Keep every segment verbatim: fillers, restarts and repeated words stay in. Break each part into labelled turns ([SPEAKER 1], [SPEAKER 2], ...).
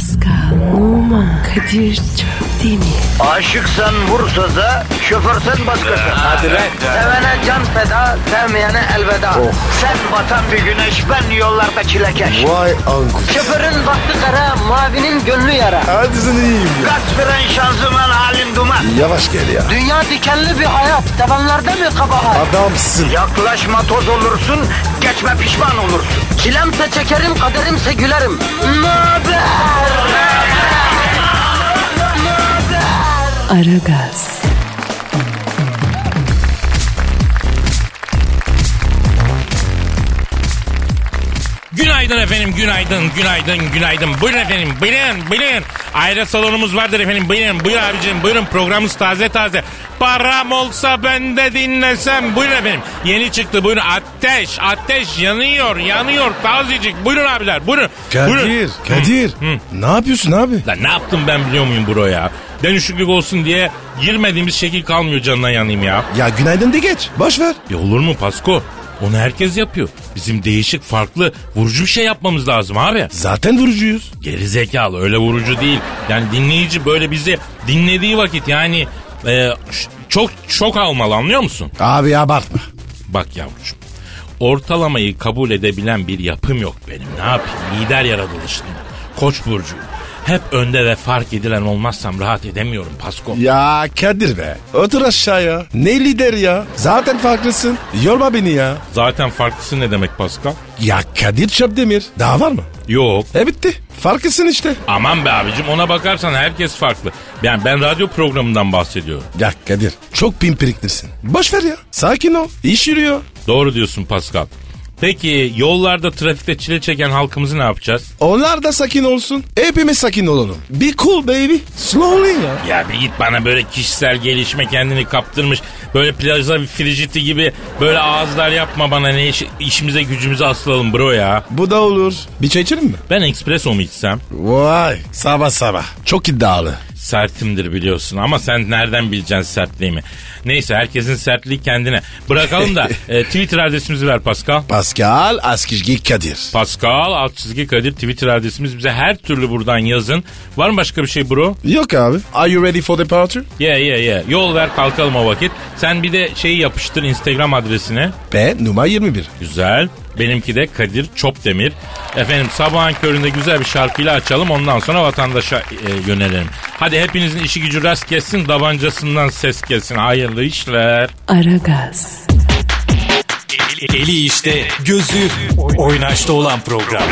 [SPEAKER 1] Pascal, Oman, Kadir çok değil mi?
[SPEAKER 2] Aşıksan vursa da, şoförsen başkasın.
[SPEAKER 3] Hadi lan.
[SPEAKER 2] Sevene can feda, sevmeyene elveda.
[SPEAKER 3] Oh.
[SPEAKER 2] Sen batan bir güneş, ben yollarda çilekeş.
[SPEAKER 3] Vay anku.
[SPEAKER 2] Şoförün baktı kara, mavinin gönlü yara.
[SPEAKER 3] Hadi sen iyiyim ya.
[SPEAKER 2] Kasperen şanzıman halin duman.
[SPEAKER 3] Yavaş gel ya.
[SPEAKER 2] Dünya dikenli bir hayat, sevenlerde mi kabahar?
[SPEAKER 3] Adamsın.
[SPEAKER 2] Yaklaşma toz olursun, geçme pişman olursun. Çilemse çekerim, kaderimse gülerim. Möber!
[SPEAKER 1] Aragaz.
[SPEAKER 4] Günaydın efendim, günaydın, günaydın, günaydın. Buyurun efendim, buyurun, buyurun. Ayrı salonumuz vardır efendim, buyurun, buyur abicim, buyurun. Programımız taze taze. Param olsa ben de dinlesem. Buyurun efendim, yeni çıktı, buyurun. Ateş, ateş yanıyor, yanıyor, tazecik. Buyurun abiler, buyurun.
[SPEAKER 3] Kadir,
[SPEAKER 4] buyurun.
[SPEAKER 3] Kadir.
[SPEAKER 4] Hı, hı.
[SPEAKER 3] Ne yapıyorsun abi?
[SPEAKER 4] Lan ne yaptım ben biliyor muyum bro ya? Dönüşüklük olsun diye girmediğimiz şekil kalmıyor, canına yanayım ya.
[SPEAKER 3] Ya günaydın de geç. Boş ver.
[SPEAKER 4] Ya olur mu Pasko? Onu herkes yapıyor. Bizim değişik, farklı, vurucu bir şey yapmamız lazım abi.
[SPEAKER 3] Zaten vurucuyuz.
[SPEAKER 4] Geri zekalı, öyle vurucu değil. Yani dinleyici böyle bizi dinlediği vakit yani e, çok çok almalı, anlıyor musun?
[SPEAKER 3] Abi abartma.
[SPEAKER 4] Bak yavrucuğum, ortalamayı kabul edebilen bir yapım yok benim. Ne yapayım? Lider yaratılışlıyım. Koç burcuyum. Hep önde ve fark edilen olmazsam rahat edemiyorum Pasko.
[SPEAKER 3] Ya Kadir be. Otur aşağıya. Ne lider ya? Zaten farklısın. Yorma beni ya.
[SPEAKER 4] Zaten farklısı ne demek Pascal?
[SPEAKER 3] Ya Kadir Çöpdemir. Daha var mı?
[SPEAKER 4] Yok.
[SPEAKER 3] E bitti. Farklısın işte.
[SPEAKER 4] Aman be abicim, ona bakarsan herkes farklı. Yani ben radyo programından bahsediyorum.
[SPEAKER 3] Ya Kadir çok pimpiriklisin. Boş ver ya. Sakin ol. İş yürüyor.
[SPEAKER 4] Doğru diyorsun Pascal. Peki yollarda, trafikte çile çeken halkımızı ne yapacağız?
[SPEAKER 3] Onlar da sakin olsun. Hepimiz sakin olalım. Be cool baby. Slowly ya.
[SPEAKER 4] Ya bir git bana böyle kişisel gelişme, kendini kaptırmış, böyle plaza frigiti gibi böyle ağızlar yapma bana, ne iş, işimize gücümüze asılalım bro ya.
[SPEAKER 3] Bu da olur. Bir çay içelim mi?
[SPEAKER 4] Ben espresso mu içsem?
[SPEAKER 3] Vay sabah sabah. Çok iddialı.
[SPEAKER 4] Sertimdir biliyorsun ama sen nereden bileceksin sertliğimi? Neyse, herkesin sertliği kendine. Bırakalım da e, Twitter adresimizi ver Pascal.
[SPEAKER 3] Pascal Askizgi Kadir.
[SPEAKER 4] Pascal alt çizgi Kadir Twitter adresimiz. Bize her türlü buradan yazın. Var mı başka bir şey bro?
[SPEAKER 3] Yok abi. Are you ready for departure?
[SPEAKER 4] Yeah yeah yeah. Yol ver, kalkalım o vakit. Sen bir de şeyi yapıştır Instagram adresine.
[SPEAKER 3] B numara yirmi bir.
[SPEAKER 4] Güzel. Benimki de Kadir Çopdemir. Efendim sabahın köründe güzel bir şarkıyla açalım. Ondan sonra vatandaşa e, yönelelim. Hadi hepinizin işi gücü rast gelsin. Tabancasından ses gelsin. Hayırlı işler.
[SPEAKER 1] Aragaz.
[SPEAKER 5] Eli, eli işte, gözü oynaşta olan program.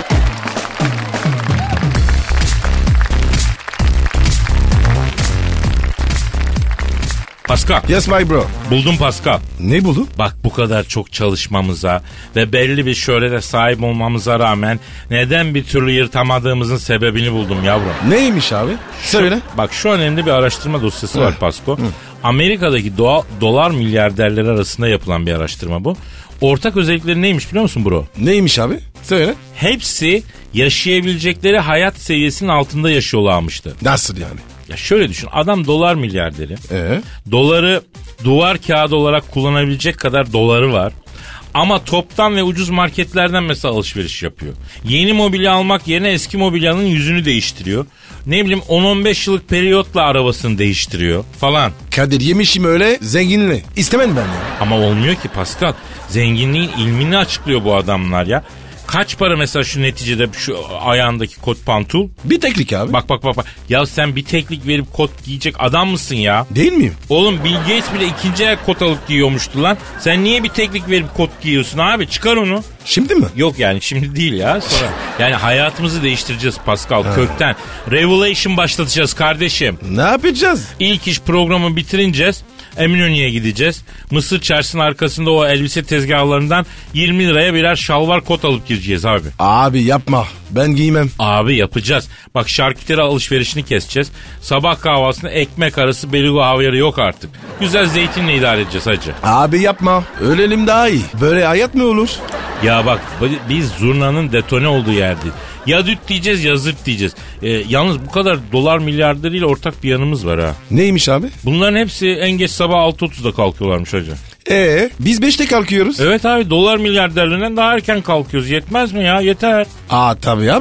[SPEAKER 4] Pascal.
[SPEAKER 3] Yes my bro.
[SPEAKER 4] Buldum Pascal.
[SPEAKER 3] Ne buldun?
[SPEAKER 4] Bak, bu kadar çok çalışmamıza ve belli bir şöhrete sahip olmamıza rağmen neden bir türlü yırtamadığımızın sebebini buldum yavrum.
[SPEAKER 3] Neymiş abi? Söyle.
[SPEAKER 4] Bak, şu önemli bir araştırma dosyası var Pasko. Amerika'daki doğa, dolar milyarderleri arasında yapılan bir araştırma bu. Ortak özellikleri neymiş biliyor musun bro?
[SPEAKER 3] Neymiş abi? Söyle.
[SPEAKER 4] Hepsi yaşayabilecekleri hayat seviyesinin altında yaşıyorlarmıştı.
[SPEAKER 3] Nasıl yani?
[SPEAKER 4] Ya şöyle düşün, adam dolar milyarderi.
[SPEAKER 3] Ee?
[SPEAKER 4] Doları duvar kağıdı olarak kullanabilecek kadar doları var. Ama toptan ve ucuz marketlerden mesela alışveriş yapıyor. Yeni mobilya almak yerine eski mobilyanın yüzünü değiştiriyor. Ne bileyim on on beş yıllık periyotla arabasını değiştiriyor falan.
[SPEAKER 3] Kadir yemişim öyle zenginli. İstemem ben ya.
[SPEAKER 4] Ama olmuyor ki Pascal. Zenginliğin ilmini açıklıyor bu adamlar ya. Kaç para mesela şu neticede şu ayağındaki kot pantul?
[SPEAKER 3] Bir teklik abi.
[SPEAKER 4] Bak bak bak bak. Ya sen bir teklik verip kot giyecek adam mısın ya?
[SPEAKER 3] Değil miyim?
[SPEAKER 4] Oğlum Bill Gates bile ikinci el kot alıp giyiyormuştu lan. Sen niye bir teklik verip kot giyiyorsun abi? Çıkar onu.
[SPEAKER 3] Şimdi mi?
[SPEAKER 4] Yok yani şimdi değil ya, sonra. Yani hayatımızı değiştireceğiz Pascal, ha. Kökten. Revolution başlatacağız kardeşim.
[SPEAKER 3] Ne yapacağız?
[SPEAKER 4] İlk iş programı bitirineceğiz. Eminönü'ye gideceğiz. Mısır Çarşısı'nın arkasında o elbise tezgahlarından yirmi liraya birer şalvar kot alıp gireceğiz abi.
[SPEAKER 3] Abi yapma. Ben giymem.
[SPEAKER 4] Abi yapacağız. Bak, şarküteri alışverişini keseceğiz. Sabah kahvaltısında ekmek arası beluga havyarı yok artık. Güzel zeytinle idare edeceğiz hacı.
[SPEAKER 3] Abi yapma. Ölelim daha iyi. Böyle hayat mı olur?
[SPEAKER 4] Ya bak, biz zurnanın detone olduğu yerdeyiz. Ya düt diyeceğiz ya zırt diyeceğiz. Ee, yalnız bu kadar dolar milyarderiyle ortak bir yanımız var ha.
[SPEAKER 3] Neymiş abi?
[SPEAKER 4] Bunların hepsi en geç sabah altı otuzda kalkıyorlarmış hacı.
[SPEAKER 3] Ee, biz beşte kalkıyoruz.
[SPEAKER 4] Evet abi, dolar milyarderlerinden daha erken kalkıyoruz. Yetmez mi ya? Yeter.
[SPEAKER 3] Aa tabii abi.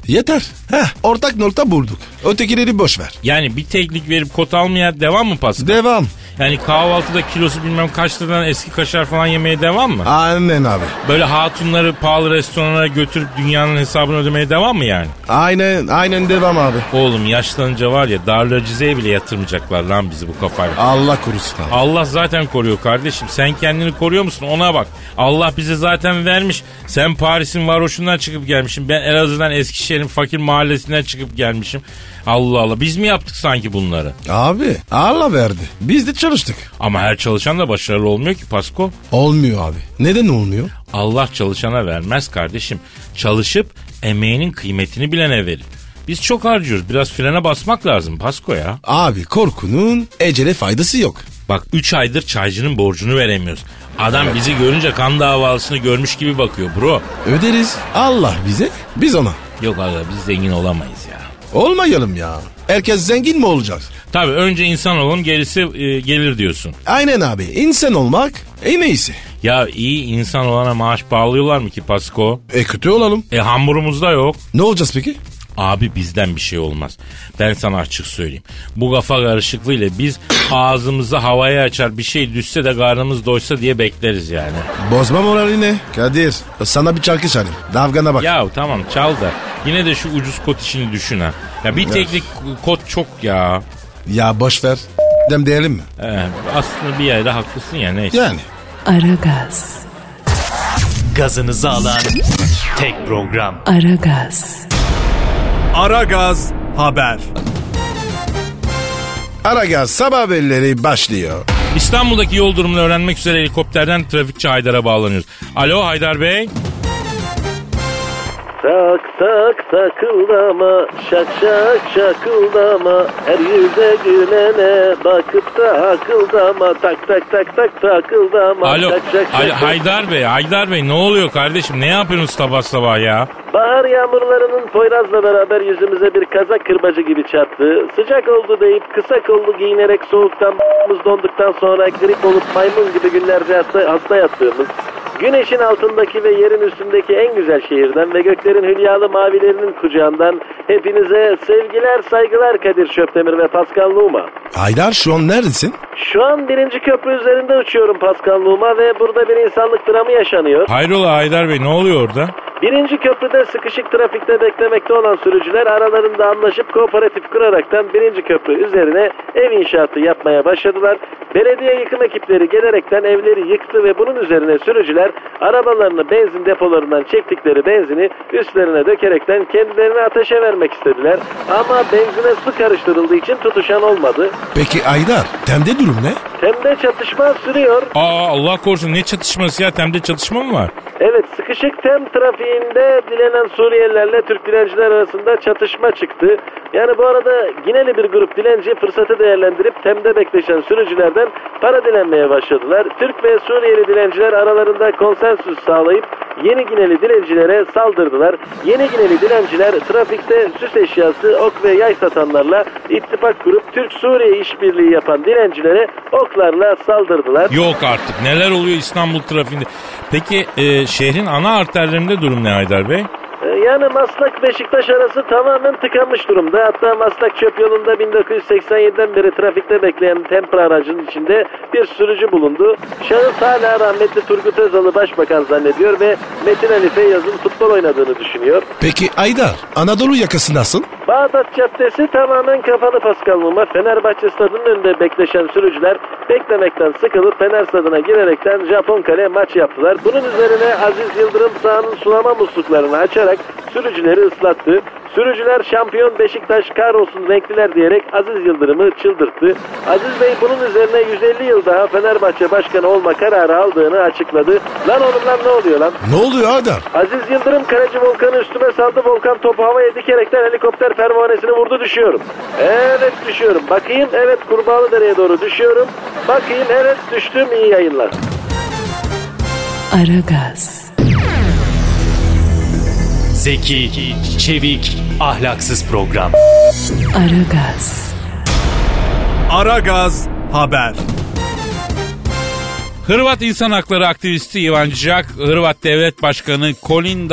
[SPEAKER 3] Yeter. Heh, ortak nokta bulduk. Ötekileri boş ver.
[SPEAKER 4] Yani bir teklik verip kot almaya devam mı Pascal?
[SPEAKER 3] Devam.
[SPEAKER 4] Yani kahvaltıda kilosu bilmem kaç liradan eski kaşar falan yemeye devam mı?
[SPEAKER 3] Aynen abi.
[SPEAKER 4] Böyle hatunları pahalı restoranlara götürüp dünyanın hesabını ödemeye devam mı yani?
[SPEAKER 3] Aynen aynen devam abi.
[SPEAKER 4] Oğlum yaşlanınca var ya Darülacizeye bile yatırmayacaklar lan bizi bu kafayla.
[SPEAKER 3] Allah korusun abi.
[SPEAKER 4] Allah zaten koruyor kardeşim. Sen kendini koruyor musun ona bak. Allah bize zaten vermiş. Sen Paris'in varoşundan çıkıp gelmişsin. Ben Elazığ'dan Eskişehir'in fakir mahallesinden çıkıp gelmişim. Allah Allah biz mi yaptık sanki bunları?
[SPEAKER 3] Abi Allah verdi. Biz de çalıştık.
[SPEAKER 4] Ama her çalışan da başarılı olmuyor ki Pasko.
[SPEAKER 3] Olmuyor abi. Neden olmuyor?
[SPEAKER 4] Allah çalışana vermez kardeşim. Çalışıp emeğinin kıymetini bilene verir. Biz çok harcıyoruz. Biraz frene basmak lazım Pasko ya.
[SPEAKER 3] Abi korkunun ecele faydası yok.
[SPEAKER 4] Bak üç aydır çaycının borcunu veremiyoruz. Adam evet. Bizi görünce kan davasını görmüş gibi bakıyor bro.
[SPEAKER 3] Öderiz. Allah bize, biz ona.
[SPEAKER 4] Yok abi biz zengin olamayız ya.
[SPEAKER 3] Olmayalım ya. Herkes zengin mi olacak?
[SPEAKER 4] Tabii önce insan olalım gerisi e, gelir diyorsun.
[SPEAKER 3] Aynen abi. İnsan olmak en iyisi.
[SPEAKER 4] Ya iyi insan olana maaş bağlıyorlar mı ki Pasko?
[SPEAKER 3] E kötü olalım.
[SPEAKER 4] E hamurumuzda yok.
[SPEAKER 3] Ne olacağız peki?
[SPEAKER 4] Abi bizden bir şey olmaz. Ben sana açık söyleyeyim. Bu kafa karışıklığıyla biz ağzımızı havaya açar bir şey düşse de karnımız doysa diye bekleriz yani.
[SPEAKER 3] Bozma moralini. Kadir sana bir şarkı çalayım. Davgana bak.
[SPEAKER 4] Ya tamam çal da yine de şu ucuz kot işini düşün ha. Ya bir teknik kot çok ya.
[SPEAKER 3] Ya boş ver. Dem diyelim mi?
[SPEAKER 4] Ee, aslında bir yerde haklısın ya neyse.
[SPEAKER 3] Yani.
[SPEAKER 1] Aragaz.
[SPEAKER 5] Gazınızı alan tek program.
[SPEAKER 1] Aragaz.
[SPEAKER 5] Aragaz Haber.
[SPEAKER 3] Aragaz sabah haberleri başlıyor.
[SPEAKER 4] İstanbul'daki yol durumunu öğrenmek üzere helikopterden trafikçi Haydar'a bağlanıyoruz. Alo Haydar Bey.
[SPEAKER 6] Tak tak takıldama, şak şak şakıldama, her yüze gülene bakıp da akıldama, tak tak tak tak takıldama.
[SPEAKER 4] Alo,
[SPEAKER 6] şak, şak,
[SPEAKER 4] Alo
[SPEAKER 6] şak,
[SPEAKER 4] Haydar Bey, Haydar Bey ne oluyor kardeşim? Ne yapıyorsunuz sabah sabah ya?
[SPEAKER 6] Bahar yağmurlarının Poyraz'la beraber yüzümüze bir kazak kırbacı gibi çarptı. Sıcak oldu deyip kısa kollu giyinerek soğuktan b***mız donduktan sonra grip olup maymun gibi günlerce hasta, hasta yattığımız, güneşin altındaki ve yerin üstündeki en güzel şehirden ve göklerin hülyalı mavilerinin kucağından hepinize sevgiler, saygılar Kadir Şöpdemir ve Pascal Numa.
[SPEAKER 3] Haydar şu an neredesin?
[SPEAKER 6] Şu an birinci köprü üzerinde uçuyorum Pascal Numa ve burada bir insanlık dramı yaşanıyor.
[SPEAKER 4] Hayrola Haydar Bey ne oluyor orada?
[SPEAKER 6] Birinci köprüde sıkışık trafikte beklemekte olan sürücüler aralarında anlaşıp kooperatif kuraraktan birinci köprü üzerine ev inşaatı yapmaya başladılar. Belediye yıkım ekipleri gelerekten evleri yıktı ve bunun üzerine sürücüler arabalarını benzin depolarından çektikleri benzini üstlerine dökerekten kendilerini ateşe vermek istediler. Ama benzine su karıştırıldığı için tutuşan olmadı.
[SPEAKER 3] Peki Haydar, Tem'de durum ne?
[SPEAKER 6] Tem'de çatışma sürüyor.
[SPEAKER 4] Aa Allah korusun ne çatışması ya? Tem'de çatışma mı var?
[SPEAKER 6] Evet, sıkışık Tem trafiğinde dilenen Suriyelilerle Türk dilenciler arasında çatışma çıktı. Yani bu arada Gineli bir grup dilenci fırsatı değerlendirip Tem'de bekleşen sürücülerden para dilenmeye başladılar. Türk ve Suriyeli dilenciler aralarında konsensüs sağlayıp Yeni Gineli dilencilere saldırdılar. Yeni Gineli dilenciler trafikte süs eşyası, ok ve yay satanlarla ittifak kurup Türk-Suriye işbirliği yapan dilencilere oklarla saldırdılar.
[SPEAKER 4] Yok artık neler oluyor İstanbul trafiğinde. Peki e, şehrin ana arterlerinde durum ne Haydar Bey?
[SPEAKER 6] Yani Maslak-Beşiktaş arası tamamen tıkanmış durumda. Hatta Maslak Çöp yolunda bin dokuz yüz seksen yediden beri trafikte bekleyen Tempra aracının içinde bir sürücü bulundu. Şahıs hala rahmetli Turgut Özal'ı başbakan zannediyor ve Metin Ali Feyyaz'ın futbol oynadığını düşünüyor.
[SPEAKER 3] Peki Haydar, Anadolu yakası nasıl?
[SPEAKER 6] Bağdat Caddesi tamamen kapalı Pascal Numa. Fenerbahçe stadının önünde bekleşen sürücüler beklemekten sıkılıp Fener stadına girerekten Japon Kale maç yaptılar. Bunun üzerine Aziz Yıldırım sahanın sulama musluklarını açarak sürücüleri ıslattı. Sürücüler şampiyon Beşiktaş kahrolsun renkliler diyerek Aziz Yıldırım'ı çıldırttı. Aziz Bey bunun üzerine yüz elli yıl daha Fenerbahçe başkanı olma kararı aldığını açıkladı. Lan oğlum lan ne oluyor lan?
[SPEAKER 3] Ne oluyor Haydar?
[SPEAKER 6] Aziz Yıldırım kaleci Volkan'ı üstüme saldı. Volkan topu havaya dikerekten helikopter pervanesini vurdu, düşüyorum. Evet düşüyorum. Bakayım, evet Kurbağalıdere'ye doğru düşüyorum. Bakayım, evet düştüm, iyi yayınlar.
[SPEAKER 1] Aragaz.
[SPEAKER 5] Zeki, çevik, ahlaksız program.
[SPEAKER 1] Aragaz.
[SPEAKER 5] Aragaz Haber.
[SPEAKER 4] Hırvat insan hakları aktivisti Ivan Jack, Hırvat Devlet Başkanı Kolinda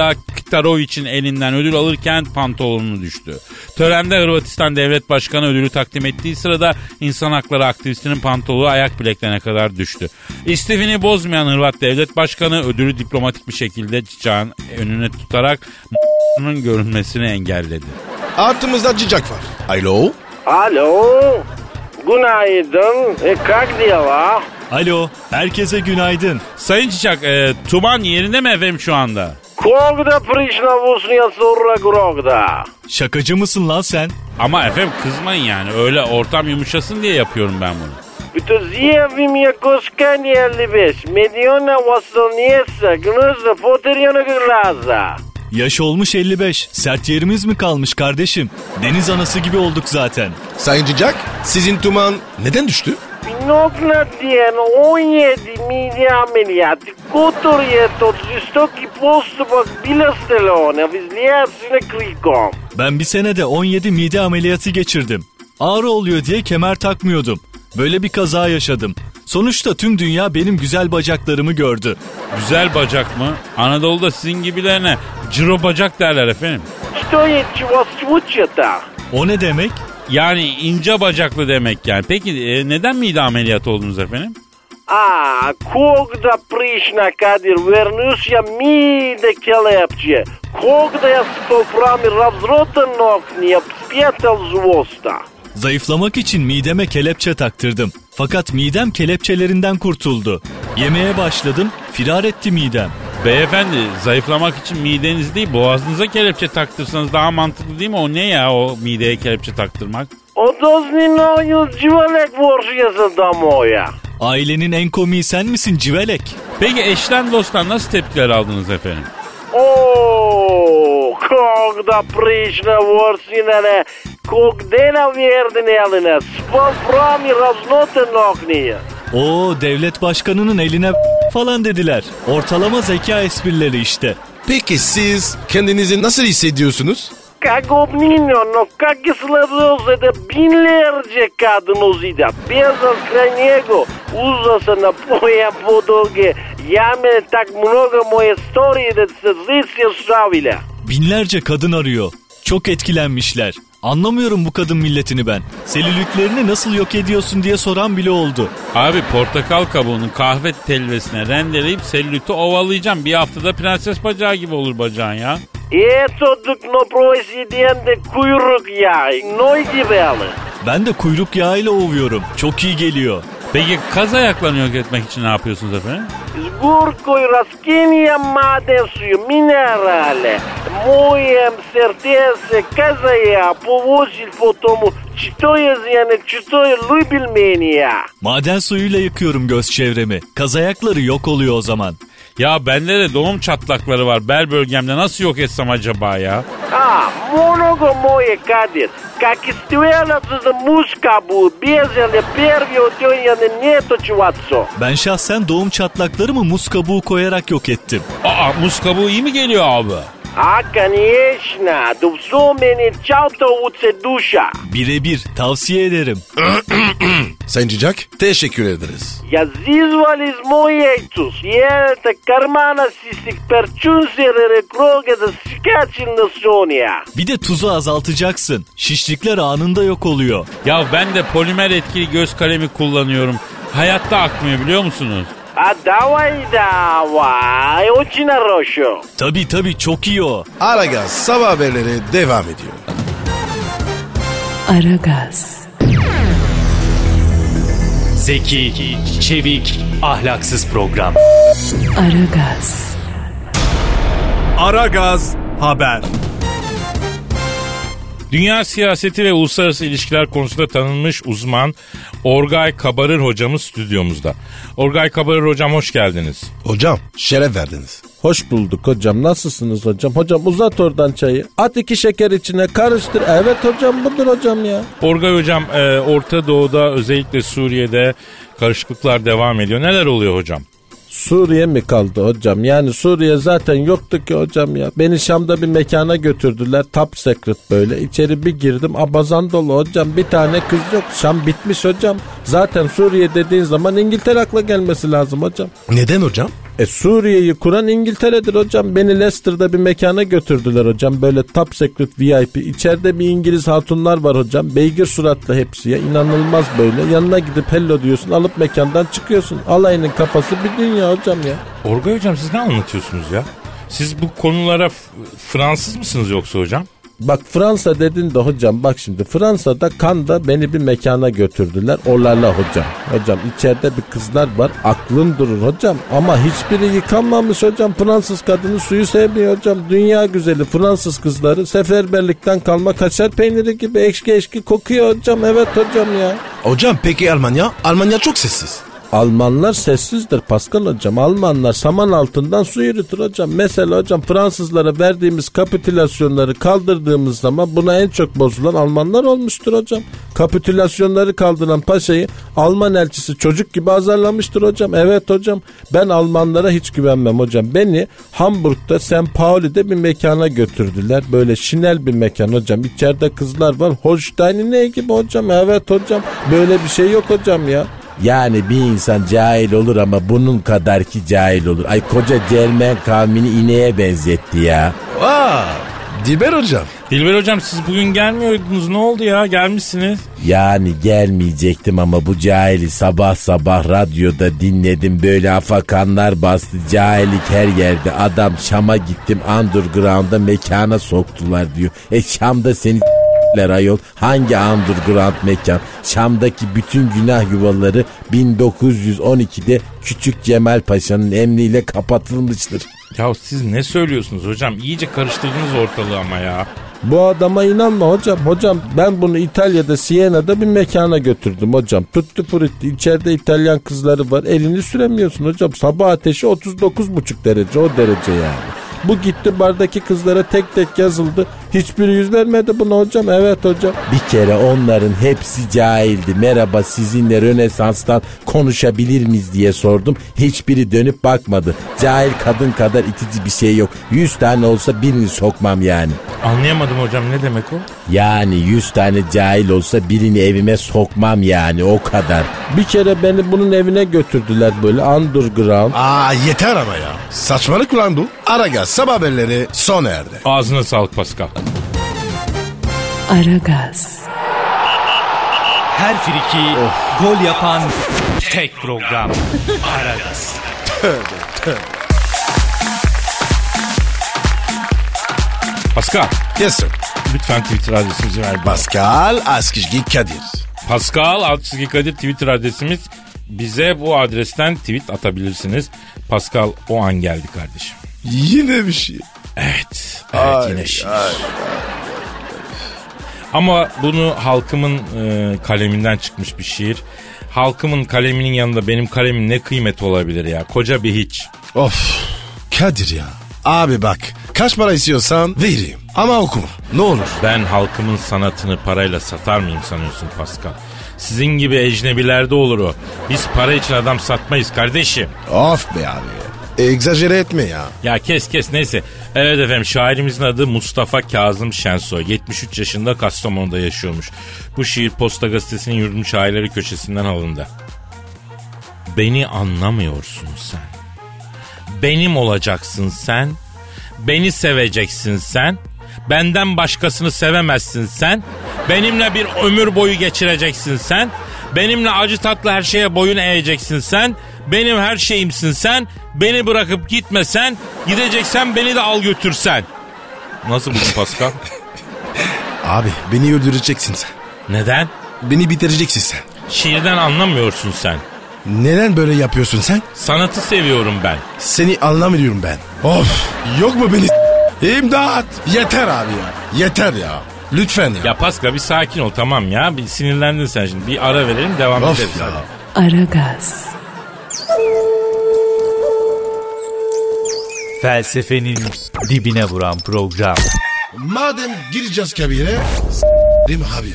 [SPEAKER 4] Viktorovic'in elinden ödül alırken pantolonunu düştü. Törende Hırvatistan Devlet Başkanı ödülü takdim ettiği sırada insan hakları aktivistinin pantolonu ayak bileklerine kadar düştü. İstifini bozmayan Hırvat Devlet Başkanı ödülü diplomatik bir şekilde çiçeğin önüne tutarak m***'nın görünmesini engelledi.
[SPEAKER 3] Altımızda cicak var. Alo?
[SPEAKER 6] Alo. Günaydın. E, как дела?
[SPEAKER 5] Alo, herkese günaydın.
[SPEAKER 4] Sayın Çiçak, e, Tuman yerinde mi efendim şu anda?
[SPEAKER 6] Когда пришла восьмая сорок года?
[SPEAKER 5] Şakacı mısın lan sen?
[SPEAKER 4] Ama efendim kızmayın yani, öyle ortam yumuşasın diye yapıyorum ben bunu.
[SPEAKER 6] Зъяви меня коскания лебеш. Медиона васонеса. Гнузда потеряна глаза.
[SPEAKER 5] Yaş olmuş elli beş. Sert yerimiz mi kalmış kardeşim? Deniz anası gibi olduk zaten.
[SPEAKER 3] Sayın Cicak, sizin Tuman neden düştü?
[SPEAKER 6] Нокна ден он yedi mide ameliyatı. Который тот жестокий поступок Биластелона в излиясine криком.
[SPEAKER 5] Ben bir senede on yedi mide ameliyatı geçirdim. Ağrı oluyor diye kemer takmıyordum. Böyle bir kaza yaşadım. Sonuçta tüm dünya benim güzel bacaklarımı gördü.
[SPEAKER 4] Güzel bacak mı? Anadolu'da sizin gibilerine ciro bacak derler efendim.
[SPEAKER 6] Что это вас случится?
[SPEAKER 5] O ne demek?
[SPEAKER 4] Yani ince bacaklı demek yani. Peki e, neden mide ameliyatı oldunuz efendim?
[SPEAKER 6] А, когда пришла Кадир, вернусь я миде келепче. Когда я стал прами разротанок, не спетал звезда.
[SPEAKER 5] Zayıflamak için mideme kelepçe taktırdım. Fakat midem kelepçelerinden kurtuldu. Yemeye başladım, firar etti midem.
[SPEAKER 4] Beyefendi, zayıflamak için mideniz değil boğazınıza kelepçe taktırsanız daha mantıklı değil mi? O ne ya, o mideye kelepçe taktırmak?
[SPEAKER 6] Odozninою civelek borçyası домоя.
[SPEAKER 5] Ailenin en komiği sen misin civelek?
[SPEAKER 4] Peki eşten dosttan nasıl tepkiler aldınız efendim?
[SPEAKER 6] О, когда пришла ворсинане, когда наверное, спал прами разнотанокния.
[SPEAKER 5] Oo, devlet başkanının eline falan dediler. Ortalama zeka esprileri işte.
[SPEAKER 3] Peki siz kendinizi nasıl hissediyorsunuz?
[SPEAKER 6] Как обнинен, но как и сложился это binlerce kadın uzida. Без крайнего ужаса на поем подолге. Яме так много моей истории да се злисьявили.
[SPEAKER 5] Binlerce kadın arıyor. Çok etkilenmişler. Anlamıyorum bu kadın milletini ben. Selülitlerini nasıl yok ediyorsun diye soran bile oldu.
[SPEAKER 4] Abi portakal kabuğunu kahve telvesine rendeleyip selüliti ovalayacağım. Bir haftada prenses bacağı gibi olur bacağın ya.
[SPEAKER 6] Это дукно президенте kuyruk yağı. Noy gibi alır.
[SPEAKER 5] Ben de kuyruk yağıyla ovuyorum. Çok iyi geliyor.
[SPEAKER 4] Peki kaz ayaklarını yok etmek için ne yapıyorsunuz efendim?
[SPEAKER 6] С горкой раскинья maden suyu minerale. Моем сердце казая повозил потому, что я знаю, что я любил меня.
[SPEAKER 5] Maden suyuyla yıkıyorum göz çevremi. Kaz ayakları yok oluyor o zaman.
[SPEAKER 4] Ya bende de doğum çatlakları var bel bölgemde, nasıl yok etsem acaba ya?
[SPEAKER 6] А, много мое Кадир. Как истуялся за мускабу, безели первый утёняны нету чувацо.
[SPEAKER 5] Ben şahsen doğum çatlaklarımı muz kabuğu koyarak yok ettim.
[SPEAKER 4] Aa, muz kabuğu iyi mi geliyor abi?
[SPEAKER 6] А, конечно, да всё мене чалто уце душа.
[SPEAKER 5] Birebir tavsiye ederim.
[SPEAKER 3] Sayın Cicak, teşekkür ederiz.
[SPEAKER 6] Я звали из моейтус. Я это кармана сисик перчунсерere кроге да скачил на Соня.
[SPEAKER 5] Bir de tuzu azaltacaksın. Şişlikler anında yok oluyor.
[SPEAKER 4] Ya ben de polimer etkili göz kalemi kullanıyorum. Hayatta akmıyor biliyor musunuz?
[SPEAKER 6] А давай, давай, очень хорошо.
[SPEAKER 5] Tabii tabii çok iyi o.
[SPEAKER 3] Aragaz sabah haberleri devam ediyor.
[SPEAKER 1] Aragaz.
[SPEAKER 5] Zeki, çevik, ahlaksız program.
[SPEAKER 1] Aragaz.
[SPEAKER 5] Aragaz haber.
[SPEAKER 4] Dünya siyaseti ve uluslararası ilişkiler konusunda tanınmış uzman Orgay Kabarır hocamız stüdyomuzda. Orgay Kabarır hocam hoş geldiniz.
[SPEAKER 3] Hocam şeref verdiniz.
[SPEAKER 7] Hoş bulduk hocam. Nasılsınız hocam? Hocam uzat oradan çayı. At iki şeker içine karıştır. Evet hocam budur hocam ya.
[SPEAKER 4] Orgay hocam e, Orta Doğu'da özellikle Suriye'de karışıklıklar devam ediyor. Neler oluyor hocam?
[SPEAKER 7] Suriye mi kaldı hocam? Yani Suriye zaten yoktu ki hocam ya. Beni Şam'da bir mekana götürdüler. Top secret böyle. İçeri bir girdim. Abazan dolu hocam. Bir tane kız yok. Şam bitmiş hocam. Zaten Suriye dediğin zaman İngiltere akla gelmesi lazım hocam.
[SPEAKER 3] Neden hocam?
[SPEAKER 7] E Suriye'yi kuran İngiltere'dir hocam. Beni Leicester'da bir mekana götürdüler hocam. Böyle top secret V I P. İçeride bir İngiliz hatunlar var hocam. Beygir suratlı hepsi ya. İnanılmaz böyle. Yanına gidip hello diyorsun. Alıp mekandan çıkıyorsun. Alayının kafası bir dünya hocam ya.
[SPEAKER 4] Orgay hocam siz ne anlatıyorsunuz ya? Siz bu konulara f- Fransız mısınız yoksa hocam?
[SPEAKER 7] Bak Fransa dedin de hocam bak şimdi Fransa'da Cannes'da beni bir mekana götürdüler. Orlarla hocam. Hocam içeride bir kızlar var. Aklın durur hocam. Ama hiçbiri yıkanmamış hocam. Fransız kadını suyu sevmiyor hocam. Dünya güzeli Fransız kızları seferberlikten kalma kaşar peyniri gibi eşki eşki kokuyor hocam. Evet hocam ya.
[SPEAKER 3] Hocam peki Almanya? Almanya çok sessiz.
[SPEAKER 7] Almanlar sessizdir Pascal hocam. Almanlar saman altından su yürütür hocam. Mesela hocam Fransızlara verdiğimiz kapitülasyonları kaldırdığımız zaman buna en çok bozulan Almanlar olmuştur hocam. Kapitülasyonları kaldıran paşayı Alman elçisi çocuk gibi azarlamıştır hocam. Evet hocam ben Almanlara hiç güvenmem hocam. Beni Hamburg'da Saint Pauli'de bir mekana götürdüler. Böyle şinel bir mekan hocam. İçeride kızlar var. Holstein'in ne gibi hocam? Evet hocam böyle bir şey yok hocam ya. Yani bir insan cahil olur ama bunun kadar ki cahil olur. Ay koca Cermen kavmini ineğe benzetti ya.
[SPEAKER 3] Aa, Dilber hocam.
[SPEAKER 4] Dilber hocam siz bugün gelmiyordunuz, ne oldu ya, gelmişsiniz.
[SPEAKER 7] Yani gelmeyecektim ama bu cahili sabah sabah radyoda dinledim. Böyle afakanlar bastı, cahilik her yerde. Adam Şam'a gittim underground'a mekana soktular diyor. E Şam'da seni ayol, hangi underground mekan? Şam'daki bütün günah yuvaları bin dokuz yüz on ikide Küçük Cemal Paşa'nın emriyle kapatılmıştır.
[SPEAKER 4] Ya siz ne söylüyorsunuz hocam? İyice karıştırdınız ortalığı ama ya.
[SPEAKER 7] Bu adama inanma hocam. Hocam ben bunu İtalya'da Siena'da bir mekana götürdüm hocam. Tutti frutti, içeride İtalyan kızları var. Elini süremiyorsun hocam. Sabah ateşi otuz dokuz buçuk derece, o derece yani. Bu gitti bardaki kızlara tek tek yazıldı. Hiçbiri yüz vermedi buna hocam. Evet hocam. Bir kere onların hepsi cahildi. Merhaba sizinle Rönesans'tan konuşabilir miyiz diye sordum. Hiçbiri dönüp bakmadı. Cahil kadın kadar itici bir şey yok. Yüz tane olsa birini sokmam yani.
[SPEAKER 4] Anlayamadım hocam, ne demek o?
[SPEAKER 7] Yani yüz tane cahil olsa birini evime sokmam yani, o kadar. Bir kere beni bunun evine götürdüler böyle underground.
[SPEAKER 3] Aa yeter ama ya. Saçmalık lan bu. Aragaz sabah haberleri sona erdi.
[SPEAKER 4] Ağzına sağlık Pascal.
[SPEAKER 1] Aragaz.
[SPEAKER 5] Her friki gol yapan tek program. Aragaz.
[SPEAKER 4] Pascal.
[SPEAKER 3] Yes sir.
[SPEAKER 4] Lütfen Twitter adresimizi ver.
[SPEAKER 3] Pascal Askizgi Kadir.
[SPEAKER 4] Pascal Askizgi Kadir Twitter adresimiz. Bize bu adresten tweet atabilirsiniz. Pascal o an geldi kardeşim.
[SPEAKER 3] Yine bir şey.
[SPEAKER 4] Evet. Evet
[SPEAKER 3] ay,
[SPEAKER 4] yine şiir.
[SPEAKER 3] Ay, ay.
[SPEAKER 4] Ama bunu halkımın e, kaleminden çıkmış bir şiir. Halkımın kaleminin yanında benim kalemim ne kıymet olabilir ya? Koca bir hiç.
[SPEAKER 3] Of. Kadir ya. Abi bak. Kaç para istiyorsan vereyim. Ama okuma. Ne olur.
[SPEAKER 4] Ben halkımın sanatını parayla satar mıyım sanıyorsun Pascal? Sizin gibi ecnebilerde olur o. Biz para için adam satmayız kardeşim.
[SPEAKER 3] Of be abi. Egzajere etme ya.
[SPEAKER 4] Ya kes kes neyse. Evet efendim, şairimizin adı Mustafa Kazım Şensoy. yetmiş üç yaşında Kastamonu'da yaşıyormuş. Bu şiir Posta Gazetesi'nin yurdum şairleri köşesinden alındı. Beni anlamıyorsun sen. Benim olacaksın sen. Beni seveceksin sen. Benden başkasını sevemezsin sen. Benimle bir ömür boyu geçireceksin sen. Benimle acı tatlı her şeye boyun eğeceksin sen. Benim her şeyimsin sen. Beni bırakıp gitme sen. Gideceksen beni de al götürsen. Nasıl buldun Pascal?
[SPEAKER 3] Abi beni öldüreceksin sen.
[SPEAKER 4] Neden?
[SPEAKER 3] Beni bitireceksin sen.
[SPEAKER 4] Şiirden anlamıyorsun sen.
[SPEAKER 3] Neden böyle yapıyorsun sen?
[SPEAKER 4] Sanatı seviyorum ben.
[SPEAKER 3] Seni anlamıyorum ben. Of, yok mu beni? İmdat! Yeter abi ya. Yeter ya. Lütfen ya.
[SPEAKER 4] Ya Pascal bir sakin ol tamam ya. Bir sinirlendin sen şimdi. Bir ara verelim, devam
[SPEAKER 3] Of
[SPEAKER 4] ederiz.
[SPEAKER 3] ya.
[SPEAKER 4] Hadi.
[SPEAKER 1] Aragaz.
[SPEAKER 5] Felsefenin dibine vuran program.
[SPEAKER 3] Madem gireceğiz kabire, s***rim abi.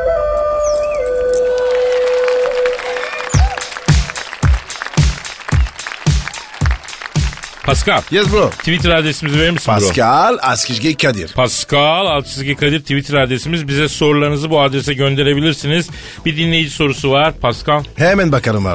[SPEAKER 4] Pascal.
[SPEAKER 3] Yes bro.
[SPEAKER 4] Twitter adresimizi verir misin bro?
[SPEAKER 3] Pascal Askizgi Kadir.
[SPEAKER 4] Pascal Altçizgi Kadir Twitter adresimiz. Bize sorularınızı bu adrese gönderebilirsiniz. Bir dinleyici sorusu var Pascal.
[SPEAKER 3] Hemen bakalım abi.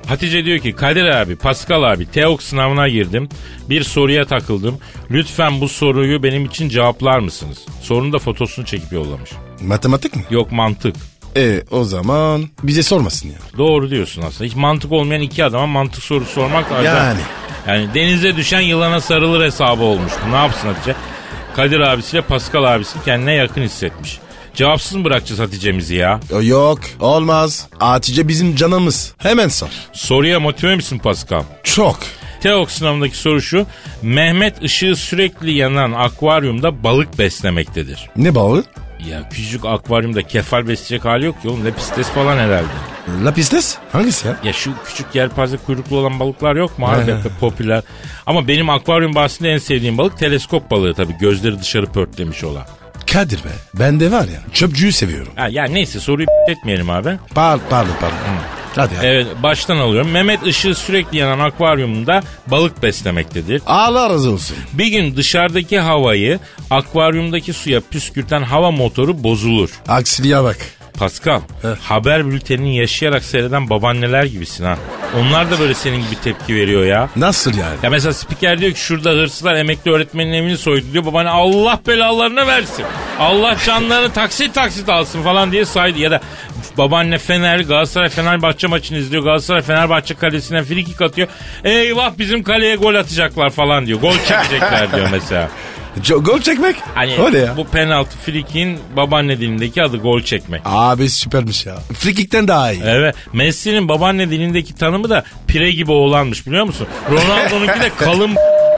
[SPEAKER 4] Hatice diyor ki Kadir abi, Pascal abi TEOK sınavına girdim. Bir soruya takıldım. Lütfen bu soruyu benim için cevaplar mısınız? Sorunun da fotosunu çekip yollamış.
[SPEAKER 3] Matematik mi?
[SPEAKER 4] Yok, mantık.
[SPEAKER 3] E o zaman bize sormasın ya.
[SPEAKER 4] Doğru diyorsun aslında. Hiç mantık olmayan iki adama mantık sorusu sormak da acayip.
[SPEAKER 3] Yani.
[SPEAKER 4] Yani denize düşen yılana sarılır hesabı olmuş. Ne yapsın Hatice? Kadir abisiyle Pascal abisi kendine yakın hissetmiş. Cevapsız mı bırakacağız Hatice'mizi ya?
[SPEAKER 3] Yok olmaz. Hatice bizim canımız. Hemen sor.
[SPEAKER 4] Soruya motive misin Pascal?
[SPEAKER 3] Çok.
[SPEAKER 4] TEOK sınavındaki soru şu. Mehmet ışığı sürekli yanan akvaryumda balık beslemektedir.
[SPEAKER 3] Ne balığı?
[SPEAKER 4] Ya küçücük akvaryumda kefal besleyecek hali yok ki oğlum. Lepistes falan herhalde.
[SPEAKER 3] Lapistes? Hangisi ya?
[SPEAKER 4] Ya şu küçük yelpaze kuyruklu olan balıklar yok mu abi? Popüler. Ama benim akvaryum bahsinde en sevdiğim balık teleskop balığı tabii. Gözleri dışarı pörtlemiş olan.
[SPEAKER 3] Kadir be. Ben de var ya çöpçüyü seviyorum.
[SPEAKER 4] Ha, ya neyse soruyu etmeyelim abi.
[SPEAKER 3] Pardon pardon pardon. Hadi hadi.
[SPEAKER 4] Evet, baştan alıyorum. Mehmet ışığı sürekli yanan akvaryumunda balık beslemektedir.
[SPEAKER 3] Allah razı olsun.
[SPEAKER 4] Bir gün dışarıdaki havayı akvaryumdaki suya püskürten hava motoru bozulur.
[SPEAKER 3] Aksiliğe bak.
[SPEAKER 4] Pascal, haber bültenini yaşayarak seyreden babaanneler gibisin ha. Onlar da böyle senin gibi tepki veriyor ya.
[SPEAKER 3] Nasıl yani?
[SPEAKER 4] Ya mesela spiker diyor ki şurada hırsızlar emekli öğretmenin evini soydu diyor. Babaanne Allah belalarını versin. Allah canlarını taksit taksit alsın falan diye saydı. Ya da babaanne Fener, Galatasaray Fenerbahçe maçını izliyor. Galatasaray Fenerbahçe kalesinden frikik atıyor. Eyvah bizim kaleye gol atacaklar falan diyor. Gol çekecekler diyor mesela.
[SPEAKER 3] Gol çekmek?
[SPEAKER 4] Hani
[SPEAKER 3] öyle ya.
[SPEAKER 4] Bu penaltı frikin babaanne dilindeki adı gol çekmek.
[SPEAKER 3] Abi süpermiş ya. Frikikten daha iyi.
[SPEAKER 4] Evet. Messi'nin babaanne dilindeki tanımı da pire gibi oğlanmış biliyor musun? Ronaldo'nunki de kalın.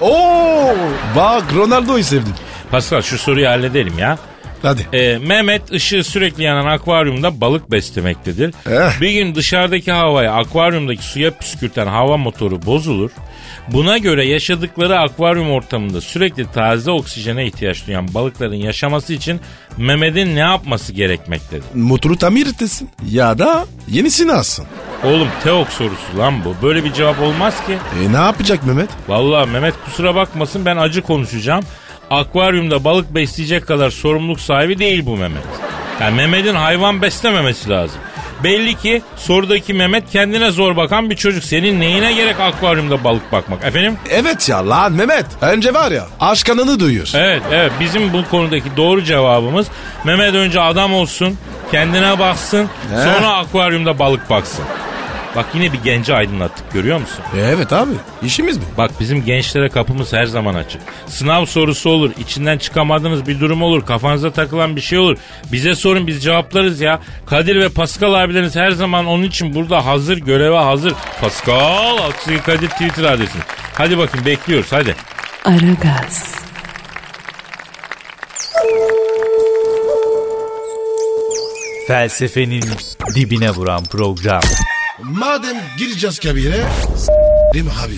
[SPEAKER 3] Oo, bak Ronaldo'yu sevdim.
[SPEAKER 4] Pascal şu soruyu halledelim ya.
[SPEAKER 3] Hadi.
[SPEAKER 4] Ee, Mehmet ışığı sürekli yanan akvaryumda balık beslemektedir.
[SPEAKER 3] Eh.
[SPEAKER 4] Bir gün dışarıdaki havayı akvaryumdaki suya püskürten hava motoru bozulur. Buna göre yaşadıkları akvaryum ortamında sürekli taze oksijene ihtiyaç duyan balıkların yaşaması için Mehmet'in ne yapması gerekmektedir?
[SPEAKER 3] Motoru tamir etsin ya da yenisini alsın.
[SPEAKER 4] Oğlum TEOK sorusu lan bu. Böyle bir cevap olmaz ki.
[SPEAKER 3] E ne yapacak Mehmet?
[SPEAKER 4] Vallahi Mehmet kusura bakmasın, ben acı konuşacağım. Akvaryumda balık besleyecek kadar sorumluluk sahibi değil bu Mehmet. Yani Mehmet'in hayvan beslememesi lazım. Belli ki sorudaki Mehmet kendine zor bakan bir çocuk. Senin neyine gerek akvaryumda balık bakmak efendim?
[SPEAKER 3] Evet ya lan Mehmet. Önce var ya aşk kanını duyuyor.
[SPEAKER 4] Evet evet, bizim bu konudaki doğru cevabımız Mehmet önce adam olsun, kendine baksın,
[SPEAKER 3] He.
[SPEAKER 4] sonra akvaryumda balık baksın. Bak yine bir genci aydınlattık, görüyor musun?
[SPEAKER 3] E evet abi, işimiz mi?
[SPEAKER 4] Bak bizim gençlere kapımız her zaman açık. Sınav sorusu olur, içinden çıkamadığınız bir durum olur, kafanıza takılan bir şey olur. Bize sorun, biz cevaplarız ya. Kadir ve Pascal abileriniz her zaman onun için burada hazır, göreve hazır. Pascal Aksıyı Kadir Twitter adresiniz. Hadi bakın bekliyoruz hadi.
[SPEAKER 1] Aragaz.
[SPEAKER 5] Felsefenin dibine vuran program.
[SPEAKER 3] Madem gireceğiz kabire, s***rim abi.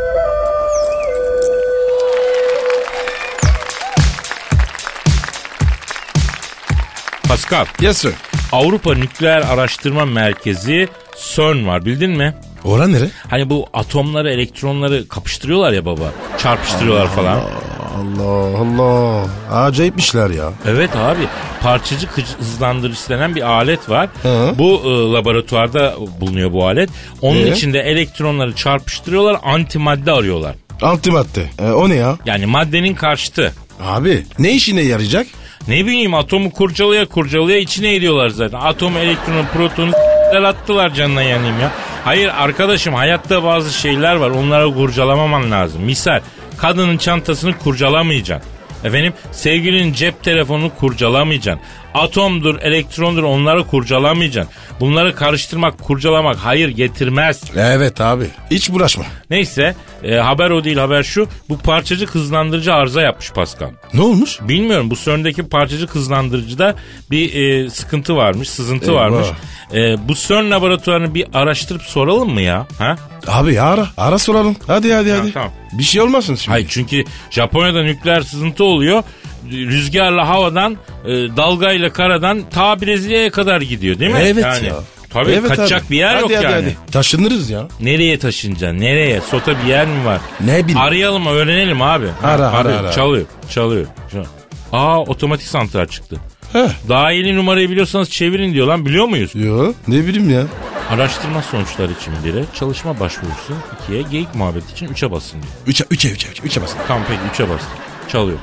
[SPEAKER 4] Pascal.
[SPEAKER 3] Yes sir.
[SPEAKER 4] Avrupa Nükleer Araştırma Merkezi CERN var, bildin mi?
[SPEAKER 3] Oran nere?
[SPEAKER 4] Hani bu atomları, elektronları kapıştırıyorlar ya baba. Çarpıştırıyorlar
[SPEAKER 3] Allah
[SPEAKER 4] falan.
[SPEAKER 3] Allah Allah. Acayip işler ya.
[SPEAKER 4] Evet abi, parçacık hızlandırıcı denen bir alet var.
[SPEAKER 3] Hı.
[SPEAKER 4] Bu e, laboratuvarda bulunuyor bu alet. Onun
[SPEAKER 3] Ee?
[SPEAKER 4] içinde elektronları çarpıştırıyorlar, antimadde arıyorlar.
[SPEAKER 3] Antimadde. E, o ne ya?
[SPEAKER 4] Yani maddenin karşıtı.
[SPEAKER 3] Abi ne işine yarayacak?
[SPEAKER 4] Ne bileyim, atomu kurcalaya kurcalaya içine ediyorlar zaten. Atom, elektronu, protonu s**ler attılar, canına yanayım ya. Hayır arkadaşım, hayatta bazı şeyler var, onlara kurcalamaman lazım. Misal kadının çantasını kurcalamayacaksın. Efendim sevgilinin cep telefonunu kurcalamayacaksın. Atomdur, elektrondur, onları kurcalamayacaksın. Bunları karıştırmak, kurcalamak hayır getirmez.
[SPEAKER 3] Evet abi, hiç uğraşma.
[SPEAKER 4] Neyse e, haber o değil, haber şu. Bu parçacık hızlandırıcı arıza yapmış Pascal.
[SPEAKER 3] Ne olmuş?
[SPEAKER 4] Bilmiyorum, bu CERN'deki parçacık hızlandırıcıda bir e, sıkıntı varmış, sızıntı
[SPEAKER 3] Eyvah.
[SPEAKER 4] varmış. E, bu CERN laboratuvarını bir araştırıp soralım mı ya? Ha?
[SPEAKER 3] Abi ara, ara soralım. Hadi hadi hadi.
[SPEAKER 4] Tamam.
[SPEAKER 3] Bir şey olmasın şimdi.
[SPEAKER 4] Hayır, çünkü Japonya'da nükleer sızıntı oluyor. Rüzgarla havadan, e, dalgayla karadan ta Brezilya'ya kadar gidiyor değil mi?
[SPEAKER 3] Evet
[SPEAKER 4] yani,
[SPEAKER 3] ya.
[SPEAKER 4] Tabii
[SPEAKER 3] Evet
[SPEAKER 4] kaçacak
[SPEAKER 3] abi.
[SPEAKER 4] bir yer
[SPEAKER 3] hadi
[SPEAKER 4] yok
[SPEAKER 3] hadi
[SPEAKER 4] yani.
[SPEAKER 3] Hadi. Taşınırız ya.
[SPEAKER 4] Nereye taşınacaksın? Nereye? Sota bir yer mi var?
[SPEAKER 3] Ne bileyim.
[SPEAKER 4] Arayalım, öğrenelim abi.
[SPEAKER 3] Ara,
[SPEAKER 4] Ha,
[SPEAKER 3] ara,
[SPEAKER 4] abi,
[SPEAKER 3] ara.
[SPEAKER 4] Çalıyor, çalıyor. çalıyor. Aa, otomatik santral çıktı.
[SPEAKER 3] Heh.
[SPEAKER 4] Daha yeni numarayı biliyorsanız çevirin diyor lan, biliyor muyuz?
[SPEAKER 3] Yo, ne bileyim ya.
[SPEAKER 4] Araştırma sonuçları için bire, çalışma başvurusu ikiye, geyik muhabbeti için üçe basın diyor.
[SPEAKER 3] Üçe, üçe, üçe, üçe, üçe basın.
[SPEAKER 4] Tamam peki üçe bastım. Çalıyor.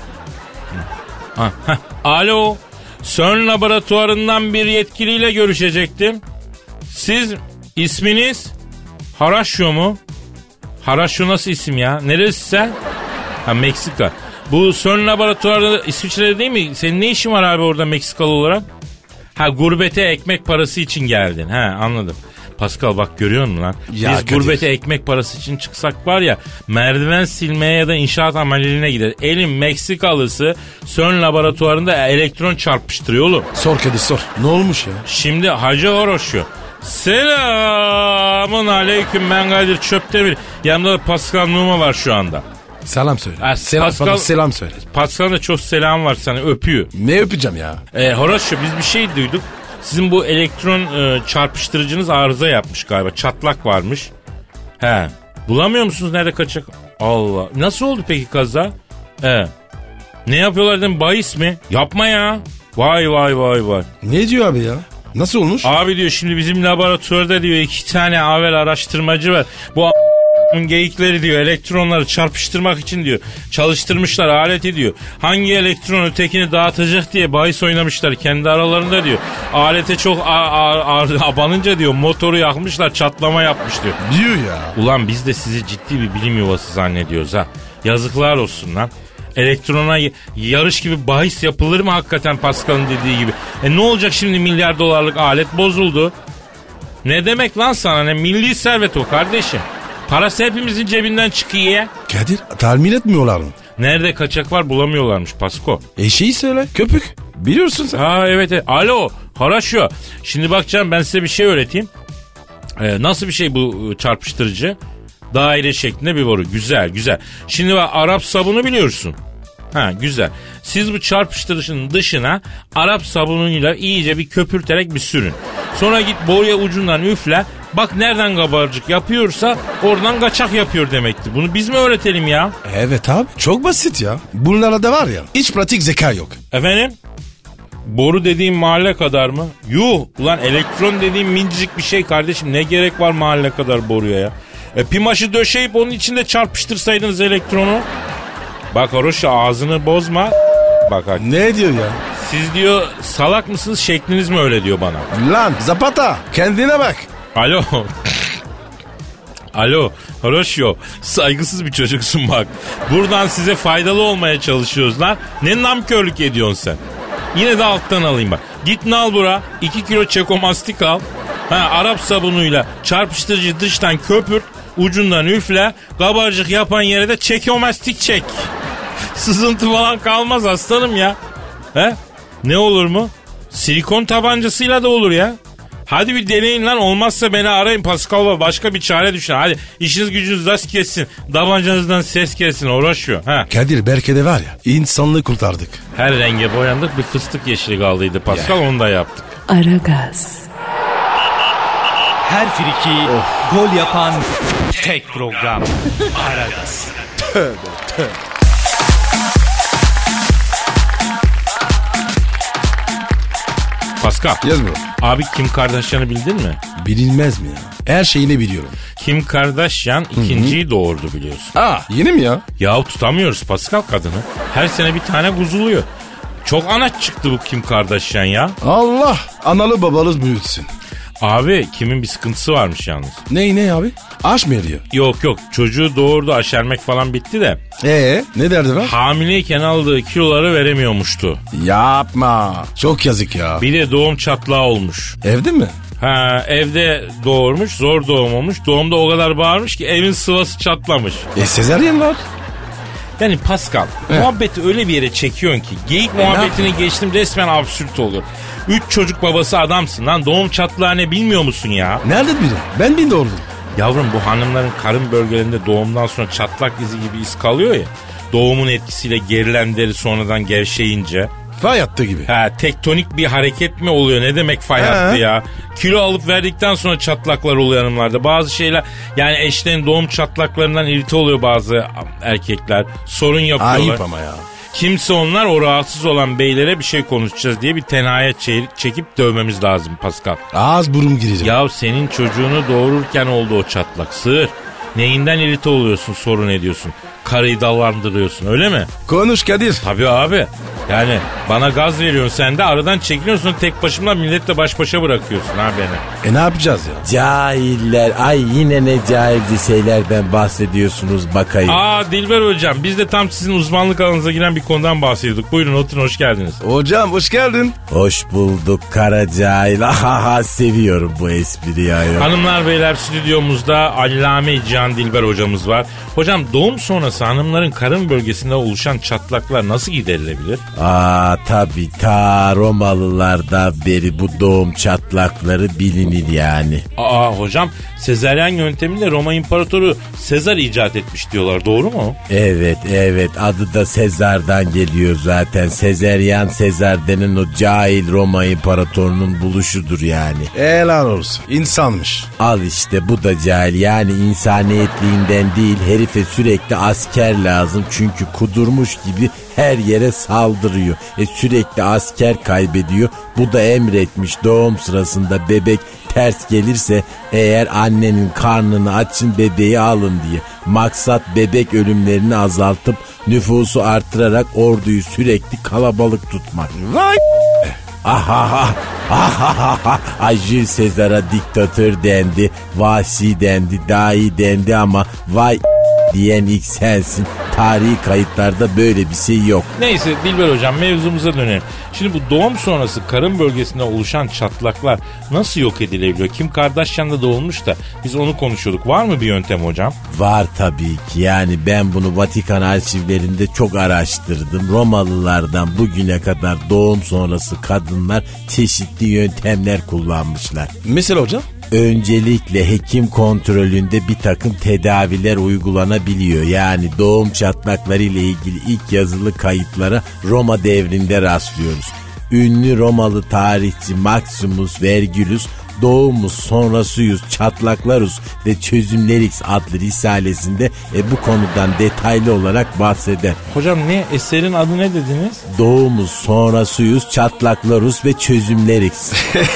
[SPEAKER 4] Ha, heh. Alo. CERN laboratuvarından bir yetkiliyle görüşecektim. Siz isminiz Horacio mu? Horacio nasıl isim ya? Neresi sen? Ha Meksika. Bu CERN laboratuvarı İsviçre'de değil mi? Senin ne işin var abi orada Meksikalı olarak? Ha gurbete ekmek parası için geldin. Ha anladım. Pascal bak görüyor musun lan?
[SPEAKER 3] Ya
[SPEAKER 4] Biz
[SPEAKER 3] Kadir.
[SPEAKER 4] gurbete ekmek parası için çıksak var ya, merdiven silmeye ya da inşaat ameliyine gider. Elim Meksikalısı CERN laboratuvarında elektron çarpıştırıyor oğlum.
[SPEAKER 3] Sor Kadir sor. Ne olmuş ya?
[SPEAKER 4] Şimdi Hacı Horacio. Selamun aleyküm, ben Kadir Çöptemir. Yanımda da Pascal Numa var şu anda.
[SPEAKER 3] Selam söyle.
[SPEAKER 4] Ha,
[SPEAKER 3] selam,
[SPEAKER 4] Pascal-
[SPEAKER 3] bana selam söyle.
[SPEAKER 4] Pascal'ın da çok selam var sana, öpüyor.
[SPEAKER 3] Ne öpeceğim ya?
[SPEAKER 4] E, Horacio biz bir şey duyduk. Sizin bu elektron e, çarpıştırıcınız arıza yapmış galiba. Çatlak varmış. He. Bulamıyor musunuz nerede kaçacak? Allah. Nasıl oldu peki kaza? He. Ne yapıyorlar dedim, bahis mi? Yapma ya. Vay vay vay vay.
[SPEAKER 3] Ne diyor abi ya? Nasıl olmuş?
[SPEAKER 4] Abi diyor şimdi bizim laboratuvarda diyor iki tane avel araştırmacı var. Bu a- geyikleri diyor elektronları çarpıştırmak için diyor çalıştırmışlar, aleti diyor. Hangi elektron ötekini dağıtacak diye bahis oynamışlar kendi aralarında diyor. Alete çok a- a- a- abanınca diyor motoru yakmışlar, çatlama yapmış diyor.
[SPEAKER 3] Diyor ya.
[SPEAKER 4] Ulan biz de sizi ciddi bir bilim yuvası zannediyoruz ha. Yazıklar olsun lan. Elektrona y- yarış gibi bahis yapılır mı hakikaten Pascal'ın dediği gibi? E ne olacak şimdi, milyar dolarlık alet bozuldu. Ne demek lan sana, ne milli servet o kardeşim. Parası hepimizin cebinden çıkıyor.
[SPEAKER 3] Kadir tahmin etmiyorlar mı?
[SPEAKER 4] Nerede kaçak var bulamıyorlarmış Pasko.
[SPEAKER 3] E şeyi söyle köpük. Biliyorsun sen.
[SPEAKER 4] Ha evet, evet. Alo Horacio. Şimdi bak canım, ben size bir şey öğreteyim. Ee, nasıl bir şey bu çarpıştırıcı? Daire şeklinde bir boru. Güzel güzel. Şimdi bak, Arap sabunu biliyorsun. Ha güzel. Siz bu çarpıştırıcının dışına Arap sabunuyla iyice bir köpürterek bir sürün. Sonra git boruya ucundan üfle. Bak nereden kabarcık yapıyorsa oradan kaçak yapıyor demektir. Bunu biz mi öğretelim ya?
[SPEAKER 3] Evet abi çok basit ya. Bunlara da var ya hiç pratik zeka yok.
[SPEAKER 4] Efendim? Boru dediğim mahalle kadar mı? Yuh ulan, elektron dediğim minicik bir şey kardeşim. Ne gerek var mahalle kadar boruya ya? E, pimaşı döşeyip onun içinde çarpıştırsaydınız elektronu. Bak Horacio ağzını bozma. Bak bak.
[SPEAKER 3] Ne diyor ya?
[SPEAKER 4] Siz diyor salak mısınız, şekliniz mi öyle diyor bana.
[SPEAKER 3] Lan Zapata kendine bak.
[SPEAKER 4] Alo. Alo Horacio, saygısız bir çocuksun bak. Buradan size faydalı olmaya çalışıyoruz lan. Ne namkörlük ediyorsun sen? Yine de alttan alayım bak. Git nalbura iki kilo çekomastik al. Ha, Arap sabunuyla çarpıştırıcı dıştan köpürt, ucundan üfle, kabarcık yapan yere de çekomastik çek. Sızıntı falan kalmaz aslanım ya. He? Ne olur mu? Silikon tabancasıyla da olur ya. Hadi bir deneyin lan, olmazsa beni arayın Pascal var, başka bir çare düşün. Hadi işiniz gücünüz rast kessin, tabancanızdan ses gelsin Horacio. Ha.
[SPEAKER 3] Kadir belki de var ya insanlığı kurtardık.
[SPEAKER 4] Her renge boyandık, bir fıstık yeşili kaldıydı Pascal, onu da yaptık.
[SPEAKER 1] Aragaz,
[SPEAKER 5] Her friki gol yapan tek program. Aragaz.
[SPEAKER 4] Pascal.
[SPEAKER 3] Yaz bro.
[SPEAKER 4] Abi Kim Kardashian'ı bildin mi?
[SPEAKER 3] Bilinmez mi ya? Her şeyini biliyorum.
[SPEAKER 4] Kim Kardashian ikinciyi doğurdu biliyorsun.
[SPEAKER 3] Aa yeni mi ya?
[SPEAKER 4] Yahu tutamıyoruz Pascal kadını. Her sene bir tane kuzuluyor. Çok anaç çıktı bu Kim Kardashian ya.
[SPEAKER 3] Allah analı babalı büyütsün.
[SPEAKER 4] Abi Kim'in bir sıkıntısı varmış yalnız.
[SPEAKER 3] Ney ne abi? Aş mı eriyor?
[SPEAKER 4] Yok yok, çocuğu doğurdu, aşermek falan bitti de.
[SPEAKER 3] Ee ne derdi var?
[SPEAKER 4] Hamileyken aldığı kiloları veremiyormuştu.
[SPEAKER 3] Yapma. Çok yazık ya.
[SPEAKER 4] Bir de doğum çatlağı olmuş.
[SPEAKER 3] Evde mi?
[SPEAKER 4] Ha, evde doğurmuş, zor doğum olmuş. Doğumda o kadar bağırmış ki evin sıvası çatlamış.
[SPEAKER 3] E sezaryen var.
[SPEAKER 4] Yani Pascal,
[SPEAKER 3] He.
[SPEAKER 4] muhabbeti öyle bir yere çekiyorsun ki geyik muhabbetini geçtim, resmen absürt oluyor. Üç çocuk babası adamsın lan, doğum çatlağı ne bilmiyor musun ya?
[SPEAKER 3] Nerede biri? Ben bin doğurdum.
[SPEAKER 4] Yavrum, bu hanımların karın bölgelerinde doğumdan sonra çatlak izi gibi iz kalıyor ya. Doğumun etkisiyle gerilen deri sonradan gevşeyince.
[SPEAKER 3] Fay yattı gibi.
[SPEAKER 4] Ha, tektonik bir hareket mi oluyor? Ne demek fay hattı ya? Kilo alıp verdikten sonra çatlaklar oluyor hanımlarda. Bazı şeyler, yani eşlerin doğum çatlaklarından irite oluyor bazı erkekler. Sorun yapıyorlar.
[SPEAKER 3] Ayıp ama ya.
[SPEAKER 4] Kimse onlar, o rahatsız olan beylere bir şey konuşacağız diye bir tenhaya çekip dövmemiz lazım Pascal.
[SPEAKER 3] Ağız burun gireceğim.
[SPEAKER 4] Ya senin çocuğunu doğururken oldu o çatlak sığır. Neyinden irite oluyorsun, sorun ediyorsun. Karıyı dallandırıyorsun, öyle mi?
[SPEAKER 3] Konuş Kadir.
[SPEAKER 4] Tabii abi. Yani bana gaz veriyorsun, sen de aradan çekiliyorsun, tek başımla milletle baş başa bırakıyorsun ha beni.
[SPEAKER 3] E ne yapacağız ya?
[SPEAKER 7] Cahiller, ay yine ne cahilce şeylerden bahsediyorsunuz bakayım.
[SPEAKER 4] Aa Dilber hocam, biz de tam sizin uzmanlık alanınıza giren bir konudan bahsediyorduk. Buyurun oturun, hoş geldiniz.
[SPEAKER 3] Hocam hoş geldin.
[SPEAKER 7] Hoş bulduk kara cahil. Ahaha, seviyorum bu espriyi ayol.
[SPEAKER 4] Hanımlar beyler, stüdyomuzda Allame Cihan Dilber hocamız var. Hocam, doğum sonrası hanımların karın bölgesinde oluşan çatlaklar nasıl giderilebilir?
[SPEAKER 7] Aa tabii, ta Romalılardan beri bu doğum çatlakları bilinir yani.
[SPEAKER 4] Aa hocam, sezaryen yöntemiyle Roma İmparatoru Sezar icat etmiş diyorlar, doğru mu?
[SPEAKER 7] Evet evet, adı da Sezar'dan geliyor zaten. Sezaryen Sezar denen o cahil Roma İmparatorunun buluşudur yani.
[SPEAKER 3] Helal olsun, insanmış.
[SPEAKER 7] Al işte, bu da cahil yani, insaniyetliğinden değil, herife sürekli asker lazım çünkü kudurmuş gibi her yere saldırıyor. E sürekli asker kaybediyor. Bu da emretmiş, doğum sırasında bebek ters gelirse eğer annenin karnını açın, bebeği alın diye. Maksat bebek ölümlerini azaltıp nüfusu artırarak orduyu sürekli kalabalık tutmak.
[SPEAKER 3] Vay
[SPEAKER 7] Ahaha, ahaha, ay Jules Sezar'a diktatör dendi, vahşi dendi, dahi dendi ama vay diyen ilk sensin. Tarihi kayıtlarda böyle bir şey yok.
[SPEAKER 4] Neyse Dilber hocam, mevzumuza dönelim. Şimdi bu doğum sonrası karın bölgesinde oluşan çatlaklar nasıl yok edilebiliyor? Kim Kardashian'da doğulmuş da biz onu konuşuyorduk. Var mı bir yöntem hocam?
[SPEAKER 7] Var tabii ki. Yani ben bunu Vatikan arşivlerinde çok araştırdım. Romalılardan bugüne kadar doğum sonrası kadınlar çeşitli yöntemler kullanmışlar.
[SPEAKER 3] Mesela hocam?
[SPEAKER 7] Öncelikle hekim kontrolünde bir takım tedaviler uygulanabiliyor. Yani doğum çatlakları ile ilgili ilk yazılı kayıtlara Roma devrinde rastlıyoruz. Ünlü Romalı tarihçi Maximus Vergilius Doğumuz Sonrasıyuz Çatlaklarus ve Çözümlerix adlı risalesinde e, bu konudan detaylı olarak bahseder.
[SPEAKER 4] Hocam ne, eserin adı ne dediniz?
[SPEAKER 7] Doğumuz Sonrasıyuz Çatlaklarus ve Çözümlerix.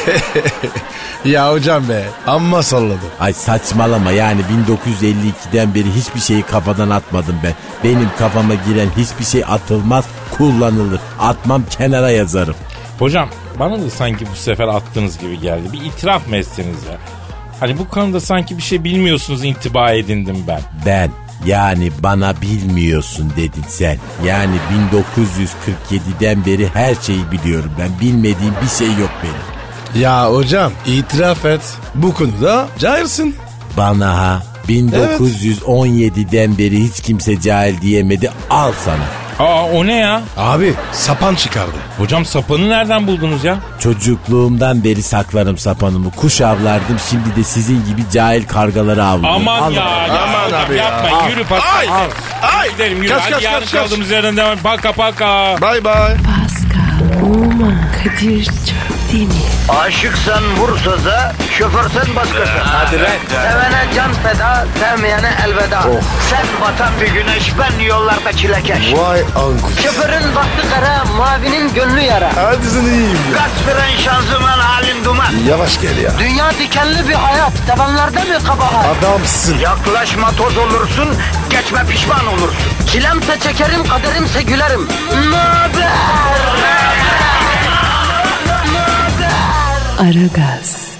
[SPEAKER 3] Ya hocam be, amma salladım.
[SPEAKER 7] Ay saçmalama, yani bin dokuz yüz elli ikiden beri hiçbir şeyi kafadan atmadım ben. Benim kafama giren hiçbir şey atılmaz, kullanılır. Atmam, kenara yazarım.
[SPEAKER 4] Hocam bana da sanki bu sefer attığınız gibi geldi. Bir itiraf mı etseniz ya? Hani bu konuda sanki bir şey bilmiyorsunuz intiba edindim ben.
[SPEAKER 7] Ben yani bana bilmiyorsun dedin sen. Yani bin dokuz yüz kırk yediden beri her şeyi biliyorum ben. Bilmediğim bir şey yok benim.
[SPEAKER 3] Ya hocam itiraf et. Bu konuda cahilsin.
[SPEAKER 7] Bana ha, bin dokuz yüz on yediden beri hiç kimse cahil diyemedi, al sana.
[SPEAKER 4] Aa o ne ya?
[SPEAKER 3] Abi sapan çıkardı.
[SPEAKER 4] Hocam sapanı nereden buldunuz ya?
[SPEAKER 7] Çocukluğumdan beri saklarım sapanımı. Kuş avlardım, şimdi de sizin gibi cahil kargaları avlıyorum.
[SPEAKER 4] Aman
[SPEAKER 7] al.
[SPEAKER 4] ya, ya
[SPEAKER 3] Aman
[SPEAKER 4] hocam,
[SPEAKER 3] abi ya.
[SPEAKER 4] yapma.
[SPEAKER 3] Al.
[SPEAKER 4] Yürü Pascal.
[SPEAKER 3] Ay.
[SPEAKER 4] Al.
[SPEAKER 3] Ay.
[SPEAKER 4] Gidelim yürü.
[SPEAKER 3] Kaç,
[SPEAKER 4] Hadi
[SPEAKER 3] kaç,
[SPEAKER 4] yarın
[SPEAKER 3] kaç,
[SPEAKER 4] kaldığımız yerden devam. Paka paka.
[SPEAKER 3] Bye bye.
[SPEAKER 1] Pascal, Oman, Kadir çok değil mi?
[SPEAKER 2] Aşıksan vursa da, şoförsen başkasın. Hadi
[SPEAKER 7] lan.
[SPEAKER 2] Sevene can feda, sevmeyene elveda. Sen batan bir güneş, ben yollarda çilekeş.
[SPEAKER 3] Vay anku.
[SPEAKER 2] Şoförün baktı kara, mavinin gönlü yara.
[SPEAKER 3] Hadi sen iyiyim ya.
[SPEAKER 2] Kasperen şanzıman halin duman.
[SPEAKER 3] Yavaş gel ya.
[SPEAKER 2] Dünya dikenli bir hayat, sevenlerde mi kabahar?
[SPEAKER 3] Adamsın.
[SPEAKER 2] Yaklaşma toz olursun, geçme pişman olursun. Çilemse çekerim, kaderimse gülerim. Möber!
[SPEAKER 1] Aragaz.